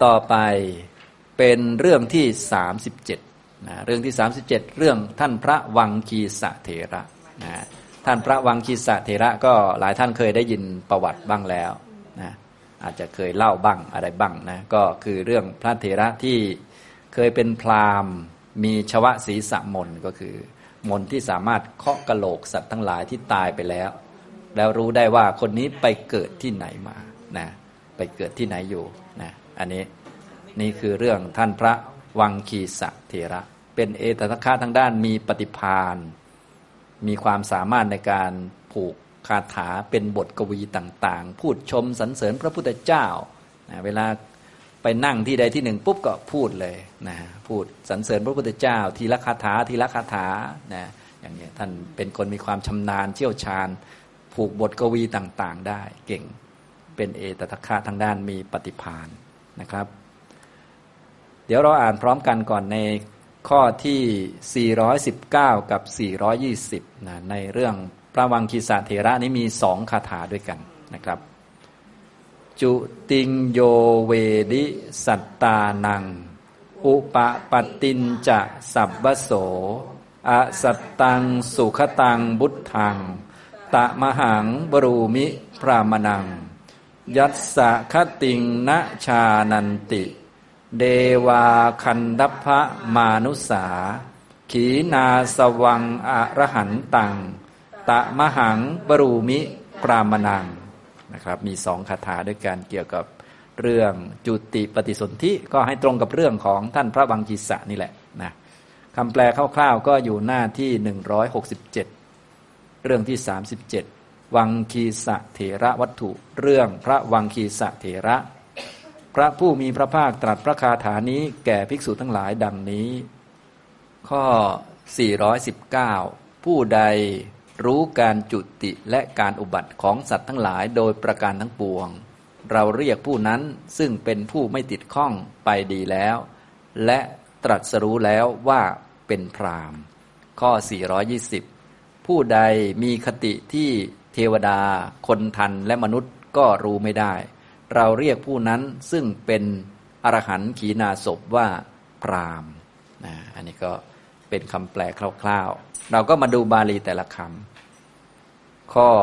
ต่อไปเป็นเรื่องที่37นะเรื่องที่37เรื่องท่านพระวังคีสเถระนะท่านพระวังคีสเถระก็หลายท่านเคยได้ยินประวัติบ้างแล้วนะอาจจะเคยเล่าบ้างอะไรบ้างนะก็คือเรื่องพระเถระที่เคยเป็นพราหมณ์มีชวศีรษะมนต์ก็คือมนต์ที่สามารถเคาะกะโหลกสัตว์ทั้งหลายที่ตายไปแล้วรู้ได้ว่าคนนี้ไปเกิดที่ไหนมานะไปเกิดที่ไหนอยู่นะอันนี้นี่คือเรื่องท่านพระวังคีสเถระเป็นเอตทัคคะทางด้านมีปฏิภาณมีความสามารถในการผูกคาถาเป็นบทกวีต่างๆพูดชมสรรเสริญพระพุทธเจ้านะเวลาไปนั่งที่ใดที่หนึ่งปุ๊บก็พูดเลยนะพูดสรรเสริญพระพุทธเจ้าทีละคาถาทีละคาถานะอย่างนี้ท่านเป็นคนมีความชำนาญเชี่ยวชาญผูกบทกวีต่างๆได้เก่งเป็นเอตทัคคะทางด้านมีปฏิภาณนะครับเดี๋ยวเราอ่านพร้อมกันก่อนในข้อที่419กับ420นะในเรื่องพระวังคีสเถระนี้มี2คาถาด้วยกันนะครับจุติงโยเวดิสัตตานังอุปปัตตินจะสัพพโสอสัตตังสุขตังบุตถังตะมหังบรูมิพรามนังยัสสะคติงนะชานันติเดวาคันดัพพะมานุสาขีนาสวังอรหันตังตะมหังบรูมิพรามนังนะครับมี2คาถาด้วยกันเกี่ยวกับเรื่องจุติปฏิสนธิก็ให้ตรงกับเรื่องของท่านพระวังคีสนี่แหละนะคำแปลคร่าวๆก็อยู่หน้าที่167เรื่องที่37วังคีสเถระวัตถุเรื่องพระวังคีสเถระพระผู้มีพระภาคตรัสพระคาถานี้แก่ภิกษุทั้งหลายดังนี้ข้อ419ผู้ใดรู้การจุติและการอุบัติของสัตว์ทั้งหลายโดยประการทั้งปวงเราเรียกผู้นั้นซึ่งเป็นผู้ไม่ติดข้องไปดีแล้วและตรัสรู้แล้วว่าเป็นพราหมณ์ข้อ420ผู้ใดมีคติที่เทวดาคนทันและมนุษย์ก็รู้ไม่ได้เราเรียกผู้นั้นซึ่งเป็นอรหันต์ขีณาสพว่าพราหมณ์อันนี้ก็เป็นคำแปลคร่าวๆเราก็มาดูบาลีแต่ละคำข้อ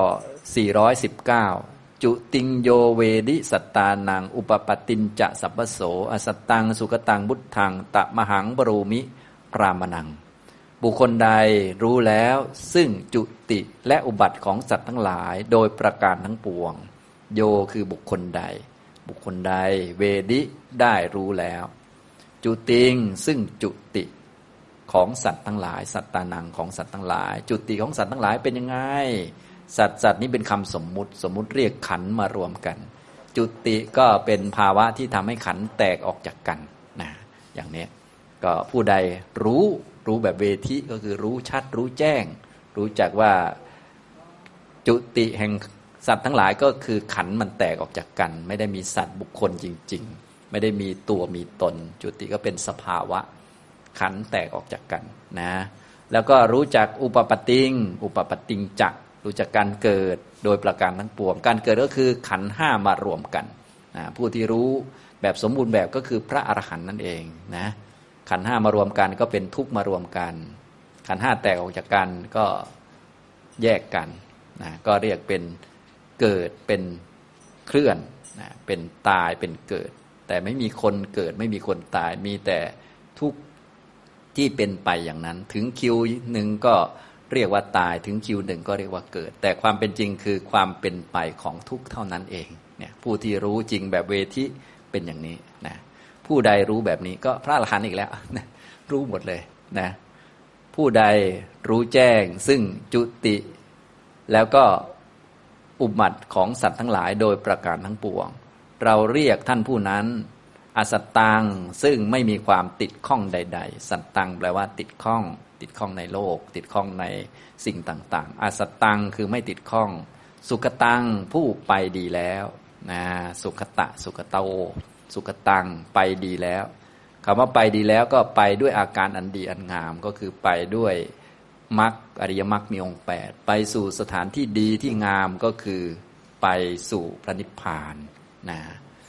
419จุติงโยเวดิสัตตานังอุปปัตตินจะสัพพโสอสัตตังสุขตังบุตถังตะมหังบรูมิพรามนังบุคคลใดรู้แล้วซึ่งจุติและอุบัติของสัตว์ทั้งหลายโดยประการทั้งปวงโยคือบุคคลใดบุคคลใดเวดิได้รู้แล้วจุติงซึ่งจุติของสัตว์ทั้งหลายสัตตานังของสัตว์ทั้งหลายจุติของสัตว์ทั้งหลายเป็นยังไงสัตว์นี้เป็นคำสมมุติเรียกขันธ์มารวมกันจุติก็เป็นภาวะที่ทำให้ขันธ์แตกออกจากกันนะอย่างนี้ก็ผู้ใดรู้แบบเวทิก็คือรู้ชัดรู้แจ้งรู้จักว่าจุติแห่งสัตว์ทั้งหลายก็คือขันธ์มันแตกออกจากกันไม่ได้มีสัตว์บุคคลจริงๆไม่ได้มีตัวมีตนจุติก็เป็นสภาวะขันธ์แตกออกจากกันนะแล้วก็รู้จักอุปปัตติงจักรู้จักการเกิดโดยประการทั้งปวงการเกิดก็คือขันธ์ห้ามารวมกันนะผู้ที่รู้แบบสมบูรณ์แบบก็คือพระอรหันต์นั่นเองนะขันธ์ห้ามารวมกันก็เป็นทุกข์มารวมกันขันธ์ห้าแตกออกจากกันก็แยกกันนะก็เรียกเป็นเกิดเป็นเคลื่อนนะเป็นตายเป็นเกิดแต่ไม่มีคนเกิดไม่มีคนตายมีแต่ทุกข์ที่เป็นไปอย่างนั้นถึงคิวหนึ่งก็เรียกว่าตายถึงคิวหนึ่งก็เรียกว่าเกิดแต่ความเป็นจริงคือความเป็นไปของทุกข์เท่านั้นเองเนี่ยผู้ที่รู้จริงแบบเวทิเป็นอย่างนี้นะผู้ใดรู้แบบนี้ก็พระอรหันต์อีกแล้วนะรู้หมดเลยนะผู้ใดรู้แจ้งซึ่งจุติแล้วก็อุบัติของสัตว์ทั้งหลายโดยประการทั้งปวงเราเรียกท่านผู้นั้นอสัตตังซึ่งไม่มีความติดข้องใดๆสัตตังแปลว่าติดข้องในโลกติดข้องในสิ่งต่างๆอสัตตังคือไม่ติดข้องสุขตังผู้ไปดีแล้วนะสุขตะสุขโตสุขตังไปดีแล้วคำว่าไปดีแล้วก็ไปด้วยอาการอันดีอันงามก็คือไปด้วยมรรคอริยมรรคมีองค์8ไปสู่สถานที่ดีที่งามก็คือไปสู่พระนิพพานนะ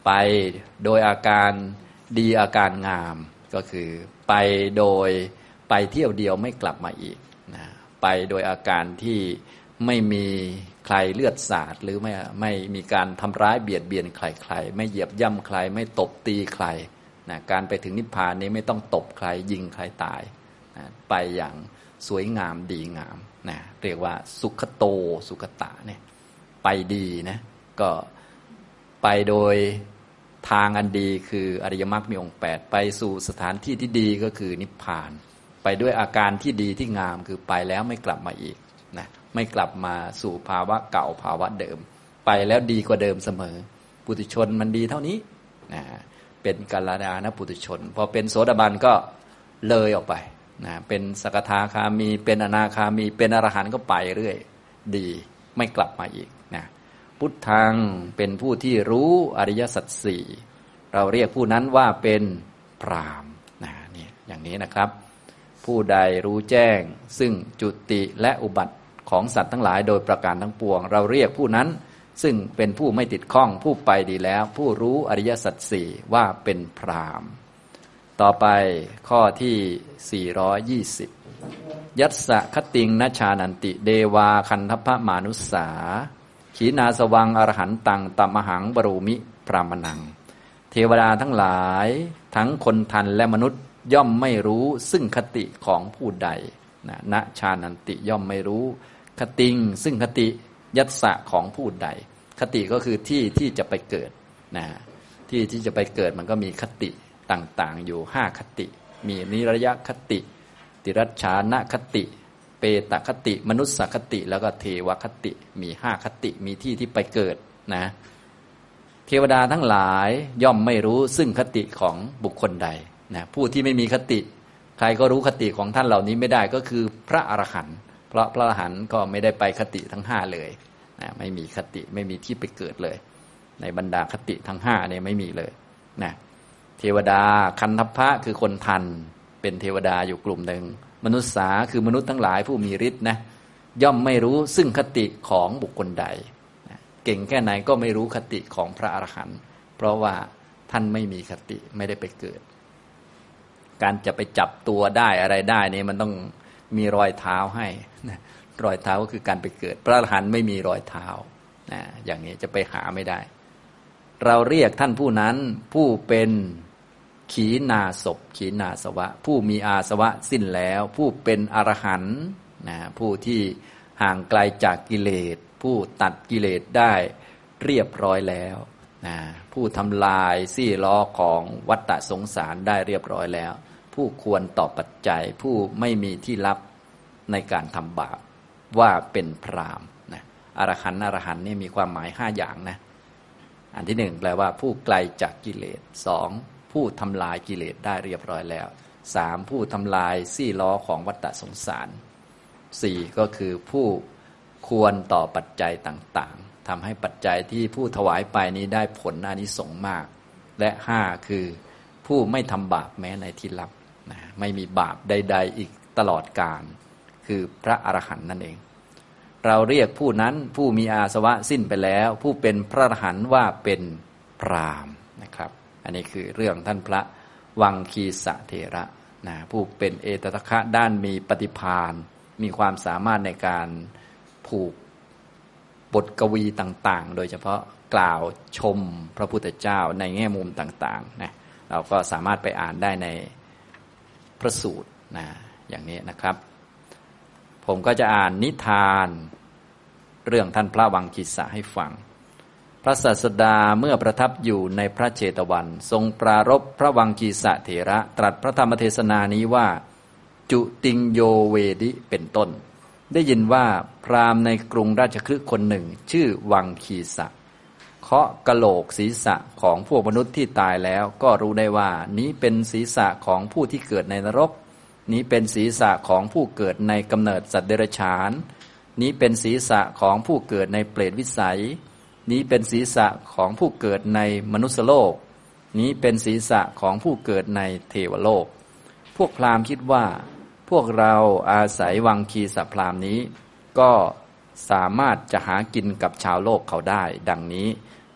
ไปโดยอาการดีอาการงามก็คือไปโดยไปเที่ยวเดียวไม่กลับมาอีกนะไปโดยอาการที่ไม่มีใครเลือดสาดหรือไม่มีการทำร้ายเบียดเบียนใครๆไม่เหยียบย่ำใครไม่ตบตีใครนะการไปถึงนิพพานนี้ไม่ต้องตบใครยิงใครตายนะไปอย่างสวยงามดีงามนะเรียกว่าสุขโตสุขตะเนี่ยไปดีนะก็ไปโดยทางอันดีคืออริยมรรคมีองค์8ไปสู่สถานที่ที่ดีก็คือนิพพานไปด้วยอาการที่ดีที่งามคือไปแล้วไม่กลับมาอีกนะไม่กลับมาสู่ภาวะเก่าภาวะเดิมไปแล้วดีกว่าเดิมเสมอปุถุชนมันดีเท่านี้นะเป็นกัลยาณปุถุชนพอเป็นโสดาบันก็เลยออกไปนะเป็นสกทาคามีเป็นอนาคามีเป็นอรหันต์ก็ไปเรื่อยดีไม่กลับมาอีกนะพุทธังเป็นผู้ที่รู้อริยสัจสี่เราเรียกผู้นั้นว่าเป็นพราหมณ์นะนี่อย่างนี้นะครับผู้ใดรู้แจ้งซึ่งจุติและอุบัติของสัตว์ทั้งหลายโดยประการทั้งปวงเราเรียกผู้นั้นซึ่งเป็นผู้ไม่ติดข้องผู้ไปดีแล้วผู้รู้อริยสัจสี่ว่าเป็นพราหมณ์ต่อไปข้อที่420ยัสสะคติงนชานันติเดวาคันทพมานุสสาขีนาสวังอรหันตังตมหังบรูมิพรามนังเทวดาทั้งหลายทั้งคนทันและมนุษย์ย่อมไม่รู้ซึ่งคติของผู้ใดนชานันติย่อมไม่รู้คติงซึ่งคติยัสสะของผู้ใดคติก็คือที่ที่จะไปเกิดนะที่ที่จะไปเกิดมันก็มีคติต่างๆอยู่5คติมีนิรยคติติรัชฌานคติเปตคติมนุสสคติแล้วก็เทวคติมี5คติมีที่ที่ไปเกิดนะเทวดาทั้งหลายย่อมไม่รู้ซึ่งคติของบุคคลใดนะผู้ที่ไม่มีคติใครก็รู้คติของท่านเหล่านี้ไม่ได้ก็คือพระอรหันต์เพราะพระอรหันต์ก็ไม่ได้ไปคติทั้ง5เลยนะไม่มีคติไม่มีที่ไปเกิดเลยในบรรดาคติทั้ง5เนี่ยไม่มีเลยนะเทวดาคันทัพพะคือคนทันเป็นเทวดาอยู่กลุ่มหนึ่งมนุษย์สาคือมนุษย์ทั้งหลายผู้มีฤทธิ์นะย่อมไม่รู้ซึ่งคติของบุคคลใดนะเก่งแค่ไหนก็ไม่รู้คติของพระอรหันต์เพราะว่าท่านไม่มีคติไม่ได้ไปเกิดการจะไปจับตัวได้อะไรได้นี่มันต้องมีรอยเท้าให้นะรอยเท้าก็คือการไปเกิดพระอรหันต์ไม่มีรอยเท้านะอย่างนี้จะไปหาไม่ได้เราเรียกท่านผู้นั้นผู้เป็นขีณาสพขีณาสวะผู้มีอาสวะสิ้นแล้วผู้เป็นอรหันต์นะผู้ที่ห่างไกลจากกิเลสผู้ตัดกิเลสได้เรียบร้อยแล้วนะผู้ทำลายซี่ล้อของวัฏฏะสงสารได้เรียบร้อยแล้วผู้ควรต่อปัจจัยผู้ไม่มีที่ลับในการทำบาปว่าเป็นพราหมณ์นะอรหันต์อรหันต์นี่มีความหมาย5อย่างนะอันที่1แปลว่าผู้ไกลจากกิเลส2ผู้ทำลายกิเลสได้เรียบร้อยแล้ว3ผู้ทำลายซี่ล้อของวัฏฏะสงสาร4ก็คือผู้ควรต่อปัจจัยต่างๆทำให้ปัจจัยที่ผู้ถวายไปนี้ได้ผลอานิสงส์มากและ5คือผู้ไม่ทำบาปแม้ในที่ลับนะไม่มีบาปใดๆอีกตลอดกาลคือพระอรหันต์นั่นเองเราเรียกผู้นั้นผู้มีอาสวะสิ้นไปแล้วผู้เป็นพระอรหันต์ว่าเป็นพราหมณ์นะครับอันนี้คือเรื่องท่านพระวังคีสะเถระนะผู้เป็นเอตทัคคะด้านมีปฏิภาณมีความสามารถในการผูกบทกวีต่างๆโดยเฉพาะกล่าวชมพระพุทธเจ้าในแง่มุมต่างๆนะเราก็สามารถไปอ่านได้ในพระสูตรนะอย่างนี้นะครับผมก็จะอ่านนิทานเรื่องท่านพระวังคีสะให้ฟังพระศาสดาเมื่อประทับอยู่ในพระเชตวันทรงปรารภพระวังคีสะเถระตรัสพระธรรมเทศนานี้ว่าจุติงโยเวดิเป็นต้นได้ยินว่าพราหมณ์ในกรุงราชคฤห์คนหนึ่งชื่อวังคีสะเคาะกะโหลกศีรษะของพวกมนุษย์ที่ตายแล้วก็รู้ได้ว่านี้เป็นศีรษะของผู้ที่เกิดในนรกนี้เป็นศีรษะของผู้เกิดในกำเนิดสัตว์เดรัจฉานนี้เป็นศีรษะของผู้เกิดในเปรตวิสัยนี้เป็นศีรษะของผู้เกิดในมนุษยโลกนี้เป็นศีรษะของผู้เกิดในเทวโลกพวกพราหมณ์คิดว่าพวกเราอาศัยวังคีสะพราหมณ์นี้ก็สามารถจะหากินกับชาวโลกเขาได้ดังนี้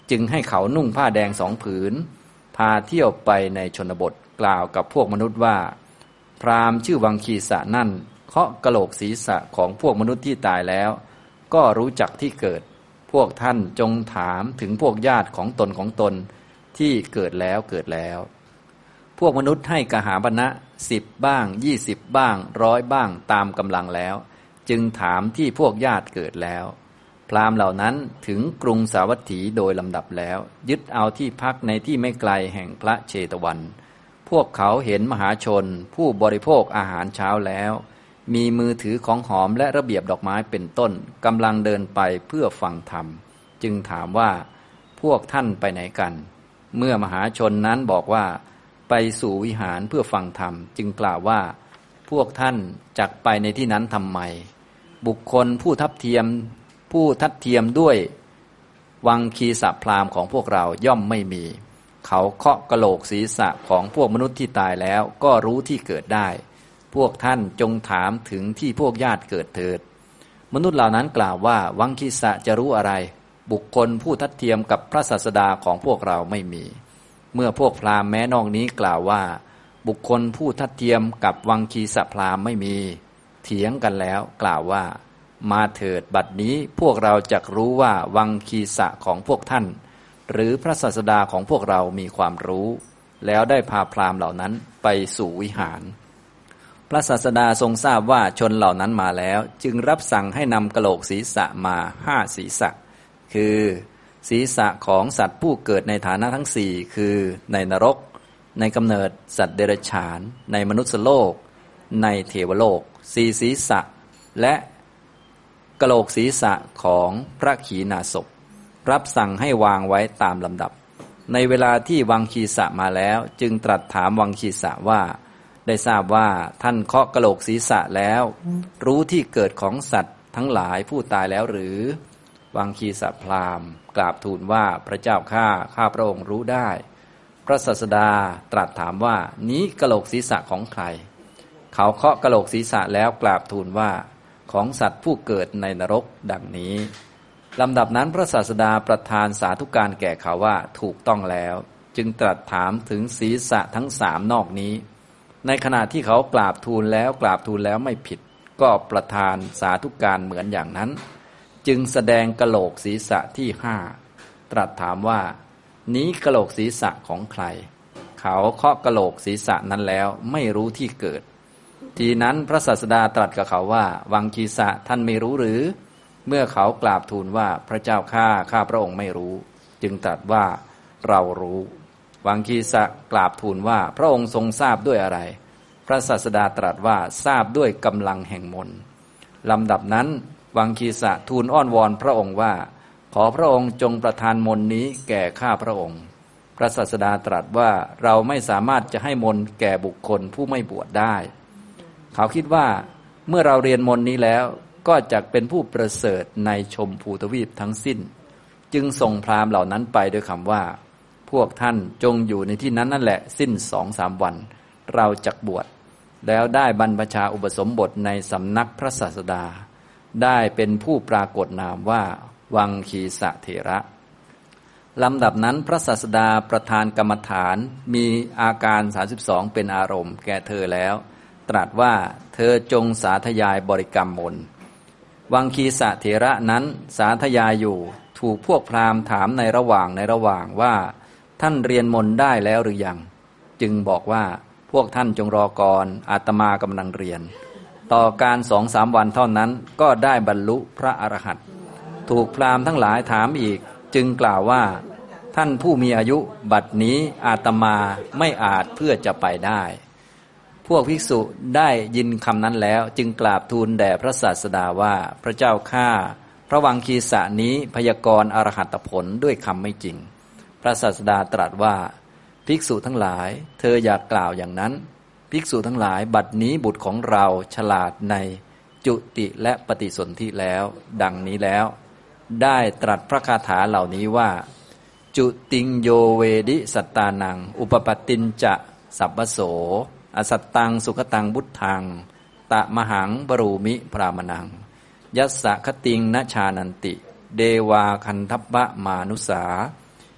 จึงให้เขานุ่งผ้าแดง2 ผืนพาเที่ยวไปในชนบทกล่าวกับพวกมนุษย์ว่าพราหมณ์ชื่อวังคีสะนั่นเคาะกะโหลกศีรษะของพวกมนุษย์ที่ตายแล้วก็รู้จักที่เกิดพวกท่านจงถามถึงพวกญาติของตนที่เกิดแล้วพวกมนุษย์ให้กหาปณะ10 บ้าง20 บ้าง100 บ้างตามกำลังแล้วจึงถามที่พวกญาติเกิดแล้วพราหมณ์เหล่านั้นถึงกรุงสาวัตถีโดยลำดับแล้วยึดเอาที่พักในที่ไม่ไกลแห่งพระเชตวันพวกเขาเห็นมหาชนผู้บริโภคอาหารเช้าแล้วมีมือถือของหอมและระเบียบดอกไม้เป็นต้นกำลังเดินไปเพื่อฟังธรรมจึงถามว่าพวกท่านไปไหนกันเมื่อมหาชนนั้นบอกว่าไปสู่วิหารเพื่อฟังธรรมจึงกล่าวว่าพวกท่านจักไปในที่นั้นทำไมบุคคลผู้ทัดเทียมด้วยวังคีสะพราหมณ์ของพวกเราย่อมไม่มีเขาเคาะกะโหลกศีรษะของพวกมนุษย์ที่ตายแล้วก็รู้ที่เกิดได้พวกท่านจงถามถึงที่พวกญาติเกิดเถิดมนุษย์เหล่านั้นกล่าวว่าวังคีสะจะรู้อะไรบุคคลผู้ทัดเทียมกับพระศาสดาของพวกเราไม่มีเมื่อพวกพราหมณ์แม้นอกนี้กล่าวว่าบุคคลผู้ทัดเทียมกับวังคีสะพราหมณ์ไม่มีเถียงกันแล้วกล่าวว่ามาเถิดบัดนี้พวกเราจักรู้ว่าวังคีสะของพวกท่านหรือพระศาสดาของพวกเรามีความรู้แล้วได้พาพราหมณ์เหล่านั้นไปสู่วิหารพระศาสดาทรงทราบว่าชนเหล่านั้นมาแล้วจึงรับสั่งให้นำกะโหลกศีรษะมา5 ศีรษะคือศีรษะของสัตว์ผู้เกิดในฐานะทั้ง4คือในนรกในกำเนิดสัตว์เดรัจฉานในมนุษยโลกในเทวโลก4 ศีรษะและกะโหลกศีรษะของพระขีณาสพรับสั่งให้วางไว้ตามลำดับในเวลาที่วังคีสะมาแล้วจึงตรัสถามวังคีสะว่าได้ทราบว่าท่านเคาะกะโหลกศีรษะแล้วรู้ที่เกิดของสัตว์ทั้งหลายผู้ตายแล้วหรือวังคีสะพราหมณ์กราบทูลว่าพระเจ้าข้าพระองค์รู้ได้พระศาสดาตรัสถามว่านี้กะโหลกศีรษะของใครเขาเคาะกะโหลกศีรษะแล้วกราบทูลว่าของสัตว์ผู้เกิดในนรกดังนี้ลำดับนั้นพระศาสดาประทานสาธุการแก่เขาว่าถูกต้องแล้วจึงตรัสถามถึงศีรษะทั้ง3นอกนี้ในขณะที่เขากราบทูลแล้วไม่ผิดก็ประทานสาธุการเหมือนอย่างนั้นจึงแสดงกะโหลกศีรษะที่5ตรัสถามว่านี้กะโหลกศีรษะของใครเขาเคาะกะโหลกศีรษะนั้นแล้วไม่รู้ที่เกิดทีนั้นพระศาสดาตรัสกับเขาว่าวังคีสะท่านไม่รู้หรือเมื่อเขากราบทูลว่าพระเจ้าข้าพระองค์ไม่รู้จึงตรัสว่าเรารู้วังคีสะกราบทูลว่าพระองค์ทรงทราบด้วยอะไรพระศาสดาตรัสว่าทราบด้วยกำลังแห่งมนต์ลำดับนั้นวังคีสะทูลอ้อนวอนพระองค์ว่าขอพระองค์จงประทานมนต์นี้แก่ข้าพระองค์พระศาสดาตรัสว่าเราไม่สามารถจะให้มนต์แก่บุคคลผู้ไม่บวชได้เขาคิดว่าเมื่อเราเรียนมนต์นี้แล้วก็จะเป็นผู้ประเสริฐในชมพูทวีปทั้งสิ้นจึงส่งพราหมณ์เหล่านั้นไปด้วยคำว่าพวกท่านจงอยู่ในที่นั้นนั่นแหละสิ้น2-3 วันเราจักบวชแล้วได้บรรพชาอุปสมบทในสำนักพระศาสดาได้เป็นผู้ปรากฏนามว่าวังคีสะเถระลำดับนั้นพระศาสดาประทานกรรมฐานมีอาการ32เป็นอารมณ์แก่เธอแล้วตรัสว่าเธอจงสาธยายบริกรรมมนต์วังคีสะเถระนั้นสาธยายอยู่ถูกพวกพราหมณ์ถามในระหว่างว่าท่านเรียนมนต์ได้แล้วหรือยังจึงบอกว่าพวกท่านจงรอก่อนอาตมากำลังเรียนต่อการ 2-3 วันเท่านั้นก็ได้บรรลุพระอรหันต์ถูกพราหมณ์ทั้งหลายถามอีกจึงกล่าวว่าท่านผู้มีอายุบัดนี้อาตมาไม่อาจเพื่อจะไปได้พวกภิกษุได้ยินคำนั้นแล้วจึงกราบทูลแด่พระศาสดาว่าพระเจ้าข้าพระวังคีสะนี้พยากรณ์อรหัตผลด้วยคำไม่จริงพระศาสดาตรัสว่าภิกษุทั้งหลายเธออย่ากล่าวอย่างนั้นภิกษุทั้งหลายบัดนี้บุตรของเราฉลาดในจุติและปฏิสนธิแล้วดังนี้แล้วได้ตรัสพระคาถาเหล่านี้ว่าจุติงโยเวดิสัตตานังอุปปัตตินจะสัพพโสอสัตตังสุขตังบุตทังตะมหังบรูมิพรามนังยัสสะคติงนชานันติเดวาคันทัพพะมานุสา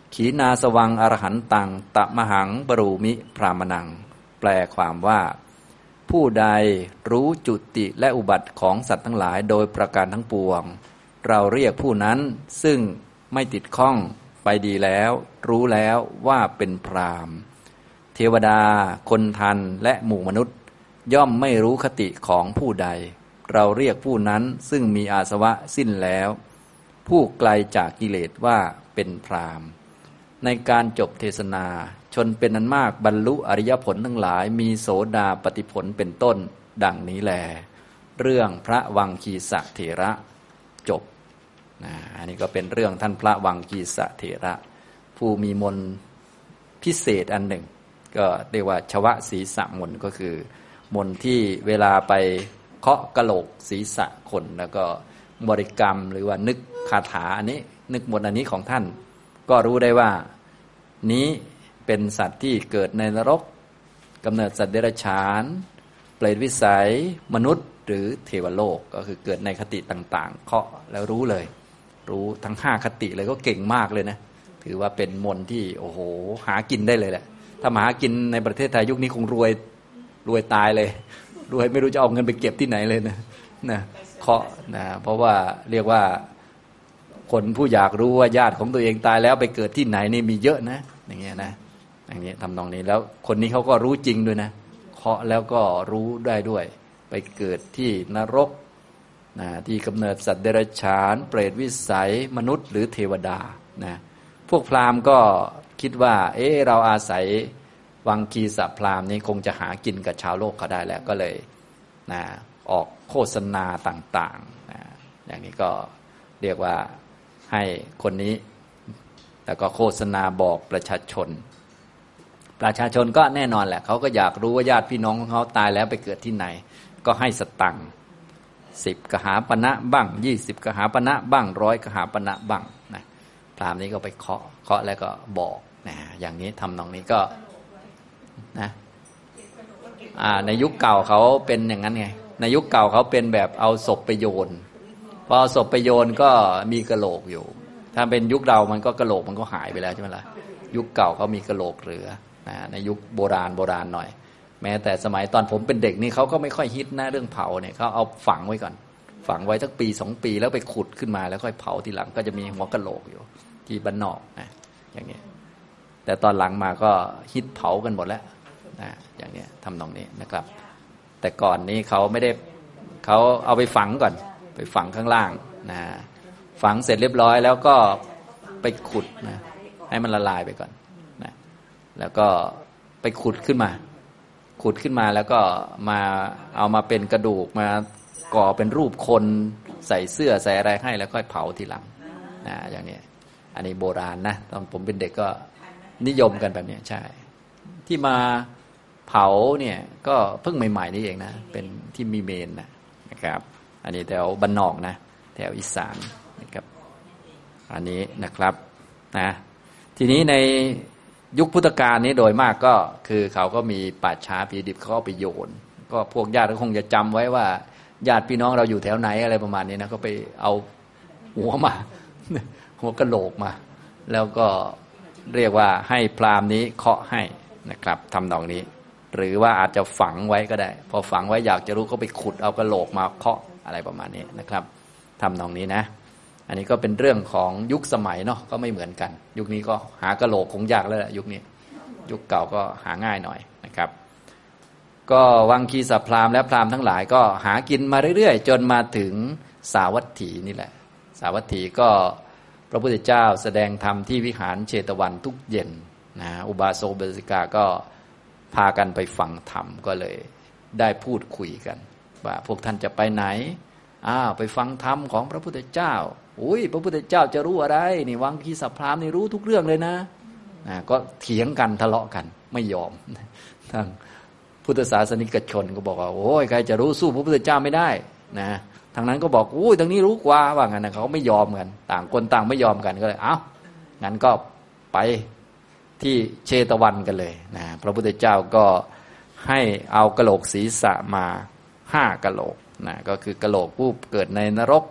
ขีณาสวังอรหันตังตะมหังบรูมิพรามนังแปลความว่าผู้ใดรู้จุติและอุบัติของสัตว์ทั้งหลายโดยประการทั้งปวงเราเรียกผู้นั้นซึ่งไม่ติดข้องไปดีแล้วรู้แล้วว่าเป็นพรามเทวดาคนทันและหมู่มนุษย์ย่อมไม่รู้คติของผู้ใดเราเรียกผู้นั้นซึ่งมีอาสวะสิ้นแล้วผู้ไกลจากกิเลสว่าเป็นพรามในการจบเทศนาชนเป็นอันมากบรรลุอริยผลทั้งหลายมีโสดาปัตติผลเป็นต้นดังนี้แลเรื่องพระวังคีสะเถระจบอันนี้ก็เป็นเรื่องท่านพระวังคีสะเถระผู้มีมนต์พิเศษอันหนึ่งก็เรียกว่าชวศีรษะมนต์ก็คือมนต์ที่เวลาไปเคาะกะโหลกศีรษะคนแล้วก็บริกรรมหรือว่านึกคาถาอันนี้นึกมนต์อันนี้ของท่านก็รู้ได้ว่านี้เป็นสัตว์ที่เกิดในนรกกำเนิดสัตว์เดรัจฉานเปรตวิสัยมนุษย์หรือเทวโลกก็คือเกิดในคติต่างๆเคาะแล้วรู้เลยรู้ทั้ง5คติเลยก็เก่งมากเลยนะถือว่าเป็นมนต์ที่โอ้โหหากินได้เลยแหละถ้ามาหากินในประเทศไทยยุคนี้คงรวยตายเลยรวยไม่รู้จะเอาเงินไปเก็บที่ไหนเลยนะเคาะนะเพราะว่าเรียกว่าคนผู้อยากรู้ว่าญาติของตัวเองตายแล้วไปเกิดที่ไหนนี่มีเยอะนะอย่างเงี้ยนะอย่างนี้ทำนองนี้แล้วคนนี้เขาก็รู้จริงด้วยนะเคาะแล้วก็รู้ได้ด้วยไปเกิดที่นรกนะที่กำเนิดสัตว์เดรัจฉานเปรตวิสัยมนุษย์หรือเทวดานะพวกพราหมณ์ก็คิดว่าเราอาศัยวังคีสะพราหมณ์นี้คงจะหากินกับชาวโลกเขาได้แล้วก็เลยนะออกโฆษณาต่างๆนะอย่างนี้ก็เรียกว่าให้คนนี้แล้วก็โฆษณาบอกประชาชนก็แน่นอนแหละเขาก็อยากรู้ว่าญาติพี่น้องของเขาตายแล้วไปเกิดที่ไหนก็ให้สตังค์10 กหาปณะบ้าง20 กหาปณะบ้าง100 กหาปณะบ้างนะพราหมณ์นี้ก็ไปเคาะแล้วก็บอกนะอย่างนี้ทำนองนี้ก็นะในยุคเก่าเขาเป็นอย่างนั้นไงในยุคเก่าเขาเป็นแบบเอาศพไปโยนพอเอาศพไปโยนก็มีกะโหลกอยู่ถ้าเป็นยุคเรามันก็กะโหลกมันก็หายไปแล้วใช่ไหมล่ะยุคเก่าเขามีกะโหลกเหลือในยุคโบราณหน่อยแม้แต่สมัยตอนผมเป็นเด็กนี่เขาก็ไม่ค่อยฮิตนะเรื่องเผาเนี่ยเขาเอาฝังไว้ก่อนฝังไว้สักปี2 ปีแล้วไปขุดขึ้นมาแล้วค่อยเผาทีหลังก็จะมีหัวกะโหลกอยู่ที่บ้านนอกนะอย่างนี้แต่ตอนหลังมาก็ฮิตเผากันหมดแล้วนะอย่างนี้ทำนองนี้นะครับแต่ก่อนนี้เขาไม่ได้เขาเอาไปฝังก่อนไปฝังข้างล่างนะฝังเสร็จเรียบร้อยแล้วก็ไปขุดนะให้มันละลายไปก่อนนะแล้วก็ไปขุดขึ้นมาแล้วก็มาเอามาเป็นกระดูกมาก่อเป็นรูปคนใส่เสื้อใส่อะไรให้แล้วค่อยเผาทีหลังนะอย่างนี้อันนี้โบราณนะตอนผมเป็นเด็กก็นิยมกันแบบนี้ใช่ที่มาเผาเนี่ยก็เพิ่งใหม่ๆนี่เองนะเป็นที่มีเมนนะครับอันนี้แถวบ้านนอกนะแถวอีสานนะครับอันนี้นะครับนะทีนี้ในยุคพุทธกาลนี้โดยมากก็คือเขาก็มีป่าช้าผีดิบเขาเอาไปโยนก็พวกญาติก็คงจะจำไว้ว่าญาติพี่น้องเราอยู่แถวไหนอะไรประมาณนี้นะก็ไปเอาหัวกะโหลกมาแล้วก็เรียกว่าให้พราหมณ์นี้เคาะให้นะครับทำนองนี้หรือว่าอาจจะฝังไว้ก็ได้พอฝังไว้อยากจะรู้ก็ไปขุดเอากะโหลกมาเคาะอะไรประมาณนี้นะครับทำนองนี้นะอันนี้ก็เป็นเรื่องของยุคสมัยเนาะก็ไม่เหมือนกันยุคนี้ก็หากะโหลกคงยากแล้วแหละยุคนี้ยุคเก่าก็หาง่ายหน่อยนะครับก็วังคีสะพราหมณ์และพราหมณ์ทั้งหลายก็หากินมาเรื่อยๆจนมาถึงสาวัตถีนี่แหละสาวัตถีก็พระพุทธเจ้าแสดงธรรมที่วิหารเชตวันทุกเย็นนะอุบาสกอุบาสิกาก็พากันไปฟังธรรมก็เลยได้พูดคุยกันว่าพวกท่านจะไปไหนไปฟังธรรมของพระพุทธเจ้าพระพุทธเจ้าจะรู้อะไรนี่วังคีสะพราหมณ์นี่รู้ทุกเรื่องเลยนะก็เถียงกันทะเลาะกันไม่ยอมทางพุทธศาสนิกชนก็บอกว่าใครจะรู้สู้พระพุทธเจ้าไม่ได้นะทางนั้นก็บอกทางนี้รู้กว่าว่างั้นนะเขาไม่ยอมกันต่างคนต่างไม่ยอมกันก็เลยงั้นก็ไปที่เชตวันกันเลยนะพระพุทธเจ้าก็ให้เอากะโหลกศีรษะมา5 กะโหลกนะก็คือกะโหลกผู้เกิดในนรก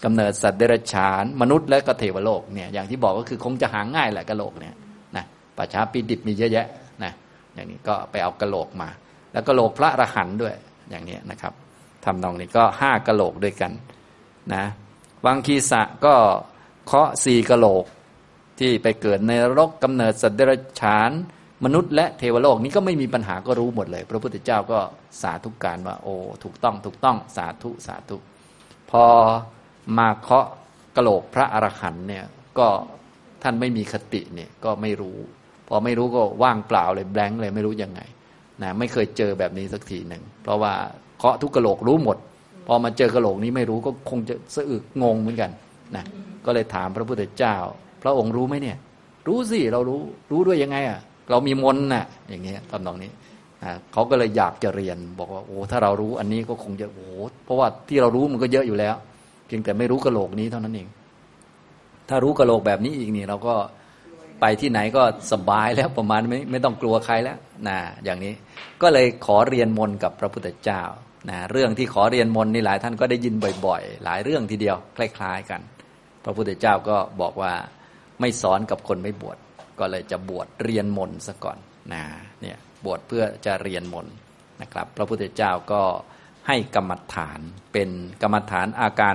กำเนิดสัตว์เดรัจฉานมนุษย์และก็เทวโลกเนี่ยอย่างที่บอกก็คือคงจะหาง่ายแหละกะโหลกเนี่ยนะป่าช้าปีดิบมีเยอะแยะนะอย่างนี้ก็ไปเอากะโหลกมาแล้วกะโหลกพระอรหันต์ด้วยอย่างนี้นะครับทำนองนี้ก็5กะโหลกด้วยกันนะวังคีสะก็เคาะ4กะโหลกที่ไปเกิดในนรกกำเนิดสัตว์เดรัจฉานมนุษย์และเทวโลกนี้ก็ไม่มีปัญหาก็รู้หมดเลยพระพุทธเจ้าก็สาธุการว่าโอ้ถูกต้องสาธุสาธุพอมาเคาะกะโหลกพระอรหันต์เนี่ยก็ท่านไม่มีคติเนี่ยก็ไม่รู้พอไม่รู้ก็ว่างเปล่าเลยแบงค์เลยไม่รู้ยังไงนะไม่เคยเจอแบบนี้สักทีหนึ่งเพราะว่าเคาะทุกกะโหลกรู้หมดพอมาเจอกะโหลกนี้ไม่รู้ก็คงจะสะอึกงงเหมือนกันนะก็เลยถามพระพุทธเจ้าพระองค์รู้ไหมเนี่ยรู้สิเรารู้ด้วยยังไงอ่ะเรามีมนต์น่ะอย่างเงี้ยทำนองนี้เขาก็เลยอยากจะเรียนบอกว่าโอ้ถ้าเรารู้อันนี้ก็คงจะโอ้เพราะว่าที่เรารู้มันก็เยอะอยู่แล้วเพียงแต่ไม่รู้กะโหลกนี้เท่านั้นเองถ้ารู้กะโหลกแบบนี้อีกนี่เราก็ไปที่ไหนก็สบายแล้วประมาณไม่ต้องกลัวใครแล้วนะอย่างนี้ก็เลยขอเรียนมนต์กับพระพุทธเจ้านะเรื่องที่ขอเรียนมนต์นี่หลายท่านก็ได้ยินบ่อยๆหลายเรื่องทีเดียวคล้ายๆกันพระพุทธเจ้าก็บอกว่าไม่สอนกับคนไม่บวชก็เลยจะบวชเรียนมนต์ซะก่อนนะเนี่ยบวชเพื่อจะเรียนมนต์นะครับพระพุทธเจ้าก็ให้กรรมฐานเป็นกรรมฐานอาการ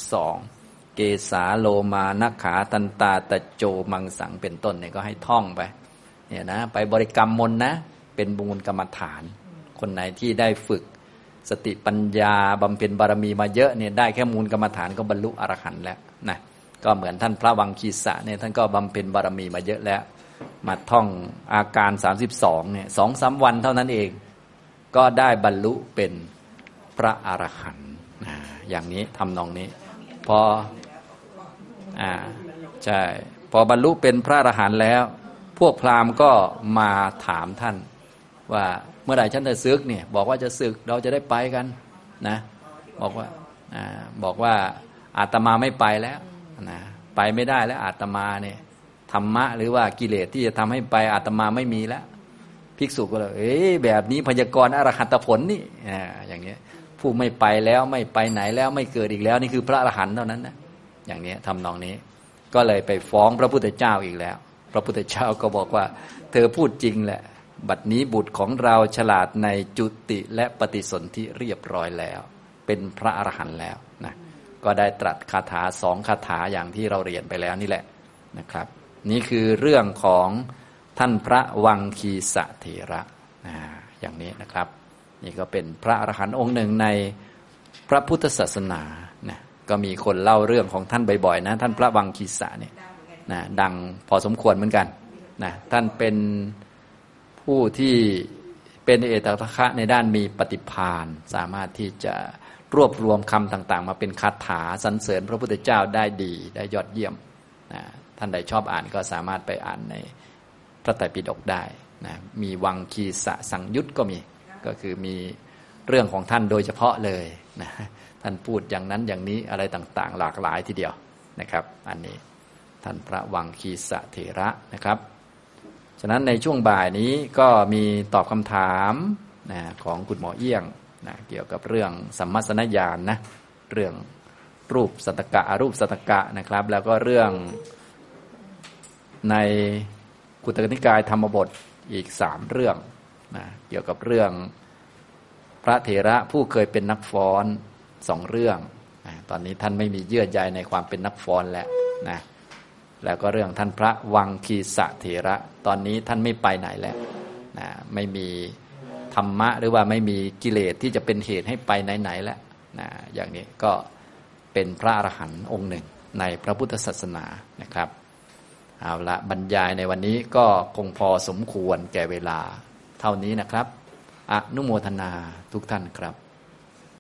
32เกสาโลมานักขาตันตาตะโจมังสังเป็นต้นเนี่ยก็ให้ท่องไปเนี่ยนะไปบริกรรมมนต์นะเป็นบุญกรรมฐานคนไหนที่ได้ฝึกสติปัญญาบำเพ็ญบารมีมาเยอะเนี่ยได้แค่มูลกรรมฐานก็บรรลุอรหันต์แล้วนะก็เหมือนท่านพระวังคีสะเนี่ยท่านก็บำเพ็ญบารมีมาเยอะแล้วมาท่องอาการ32เนี่ย 2-3 วันเท่านั้นเองก็ได้บรรลุเป็นพระอรหันต์อย่างนี้ทำนองนี้พอใช่พอบรรลุเป็นพระอรหันต์แล้วพวกพราหมณ์ก็มาถามท่านว่าเมื่อไหร่ฉันจะศึกเนี่ยบอกว่าจะศึกเราจะได้ไปกันนะบอกว่าอาตมาไม่ไปแล้วนะไปไม่ได้แล้วอาตมาเนี่ยธรรมะหรือว่ากิเลสที่จะทำให้ไปอาตมาไม่มีแล้วภิกษุก็เลยแบบนี้พยากรณ์อรหัตผลนี่อย่างนี้ผู้ไม่ไปแล้วไม่ไปไหนแล้วไม่เกิดอีกแล้วนี่คือพระอรหันต์เท่านั้นนะอย่างนี้ทำนองนี้ก็เลยไปฟ้องพระพุทธเจ้าอีกแล้วพระพุทธเจ้าก็บอกว่าเธอพูดจริงแหละบัดนี้บุตรของเราฉลาดในจุติและปฏิสนธิเรียบร้อยแล้วเป็นพระอรหันต์แล้วนะก็ได้ตรัสคาถา2คาถาอย่างที่เราเรียนไปแล้วนี่แหละนะครับนี่คือเรื่องของท่านพระวังคีสะเถระอย่างนี้นะครับนี่ก็เป็นพระอรหันต์องค์หนึ่งในพระพุทธศาสนานะก็มีคนเล่าเรื่องของท่านบ่อยๆนะท่านพระวังคีสะเนี่ยนะดังพอสมควรเหมือนกันนะท่านเป็นผู้ที่เป็นเอตทัคคะในด้านมีปฏิภาณสามารถที่จะรวบรวมคำต่างๆมาเป็นคาถาสรรเสริญพระพุทธเจ้าได้ดีได้ยอดเยี่ยมนะท่านใดชอบอ่านก็สามารถไปอ่านในพระไตรปิฎกได้นะมีวังคีสะสังยุตก็มีก็คือมีเรื่องของท่านโดยเฉพาะเลยนะท่านพูดอย่างนั้นอย่างนี้อะไรต่างๆหลากหลายทีเดียวนะครับอันนี้ท่านพระวังคีสะเถระนะครับฉะนั้นในช่วงบ่ายนี้ก็มีตอบคำถามนะของคุณหมอเอี้ยงนะเกี่ยวกับเรื่องสัมมัสนญาณนะเรื่องรูปสัตตกะอรูปสัตตกะนะครับแล้วก็เรื่องในกุตตนิกายธรรมบทอีก3เรื่องนะเกี่ยวกับเรื่องพระเถระผู้เคยเป็นนักฟ้อน2เรื่องนะตอนนี้ท่านไม่มีเยื่อใยในความเป็นนักฟ้อนแล้วนะแล้วก็เรื่องท่านพระวังคีสะเถระตอนนี้ท่านไม่ไปไหนแล้วนะไม่มีธรรมะหรือว่าไม่มีกิเลสที่จะเป็นเหตุให้ไปไหนๆแล้วนะอย่างนี้ก็เป็นพระอรหันต์องค์หนึ่งในพระพุทธศาสนานะครับเอาละบรรยายในวันนี้ก็คงพอสมควรแก่เวลาเท่านี้นะครับอนุโมทนาทุกท่านครับ